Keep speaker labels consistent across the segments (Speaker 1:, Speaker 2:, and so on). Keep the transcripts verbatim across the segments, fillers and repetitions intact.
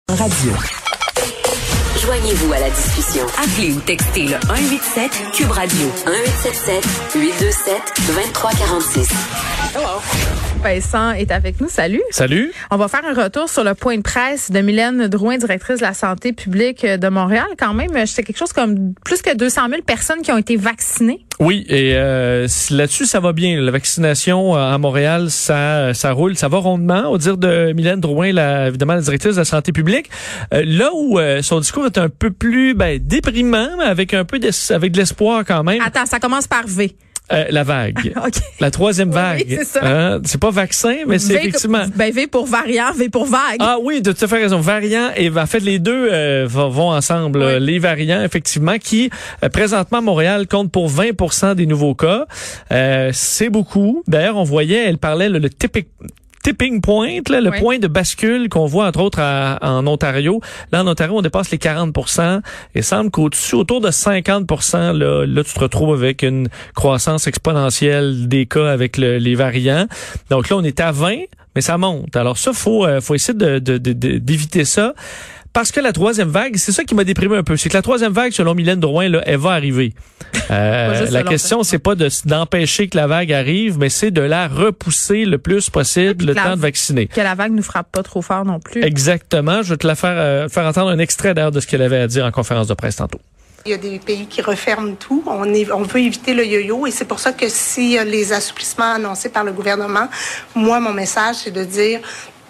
Speaker 1: Radio.
Speaker 2: Joignez-vous à la discussion. Appelez ou textez le un huit sept Cube Radio. un huit sept sept huit deux sept deux trois quatre six.
Speaker 3: Hello. Vincent est avec nous. Salut.
Speaker 4: Salut.
Speaker 3: On va faire un retour sur le point de presse de Mylène Drouin, directrice de la santé publique de Montréal. Quand même, c'est quelque chose comme plus que deux cent mille personnes qui ont été vaccinées.
Speaker 4: Oui, et euh, là-dessus, ça va bien. La vaccination à Montréal, ça ça roule, ça va rondement. Au dire de Mylène Drouin, la, évidemment, la directrice de la santé publique. Euh, là où euh, son discours est un peu plus ben, déprimant, mais avec un peu d'es- avec de l'espoir quand même.
Speaker 3: Attends, ça commence par V.
Speaker 4: Euh, la vague.
Speaker 3: Okay.
Speaker 4: La troisième vague.
Speaker 3: Oui, c'est ça.
Speaker 4: Hein? C'est pas vaccin, mais c'est
Speaker 3: v,
Speaker 4: effectivement...
Speaker 3: Ben V pour variant, V pour vague.
Speaker 4: Ah oui, tu as tout à fait raison. Variant, et en fait, les deux euh, vont ensemble.
Speaker 3: Oui.
Speaker 4: Les variants, effectivement, qui, euh, présentement, Montréal compte pour vingt pour cent des nouveaux cas. Euh, c'est beaucoup. D'ailleurs, on voyait, elle parlait le, le typique... tipping point, là, le
Speaker 3: oui.
Speaker 4: point de bascule qu'on voit entre autres à, en Ontario. Là, en Ontario, on dépasse les quarante pour cent et semble qu'au-dessus, autour de cinquante pour cent, là, là, tu te retrouves avec une croissance exponentielle des cas avec le, les variants. Donc là, on est à vingt, mais ça monte. Alors ça, faut, euh, faut essayer de, de, de, de, d'éviter ça. Parce que la troisième vague, c'est ça qui m'a déprimé un peu. C'est que la troisième vague, selon Mylène Drouin, là, elle va arriver. Euh, la question, c'est pas de, d'empêcher que la vague arrive, mais c'est de la repousser le plus possible, le temps de vacciner.
Speaker 3: Que la vague nous frappe pas trop fort non plus.
Speaker 4: Exactement. Je vais te la faire, euh, faire entendre un extrait d'ailleurs de ce qu'elle avait à dire en conférence de presse tantôt.
Speaker 5: Il y a des pays qui referment tout. On, est, on veut éviter le yo-yo et c'est pour ça que si les assouplissements annoncés par le gouvernement, moi, mon message, c'est de dire...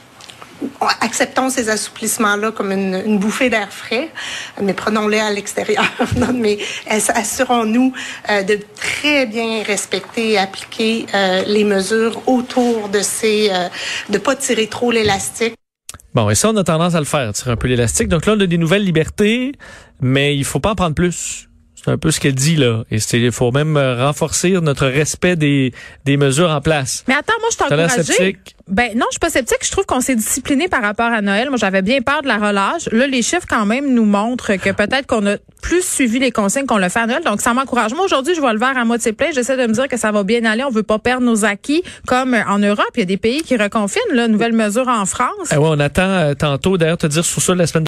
Speaker 5: acceptons ces assouplissements-là comme une, une bouffée d'air frais, mais prenons-les à l'extérieur. Non, mais assurons-nous euh, de très bien respecter et appliquer euh, les mesures autour de ces... Euh, de pas tirer trop l'élastique.
Speaker 4: Bon, et ça, on a tendance à le faire, tirer un peu l'élastique. Donc là, on a des nouvelles libertés, mais il faut pas en prendre plus. C'est un peu ce qu'elle dit, là. Et c'est, il faut même renforcer notre respect des, des mesures en place.
Speaker 3: Mais attends, moi, je suis encouragée.
Speaker 4: Sceptique?
Speaker 3: Ben, non, je suis pas sceptique. Je trouve qu'on s'est discipliné par rapport à Noël. Moi, j'avais bien peur de la relâche. Là, les chiffres, quand même, nous montrent que peut-être qu'on a plus suivi les consignes qu'on le fait à Noël. Donc, ça m'encourage. Moi, aujourd'hui, je vois le verre à moitié plein. J'essaie de me dire que ça va bien aller. On veut pas perdre nos acquis. Comme en Europe, il y a des pays qui reconfinent, là. Nouvelles mesures en France.
Speaker 4: Ah ouais, on attend euh, tantôt, d'ailleurs, te dire sur ça la semaine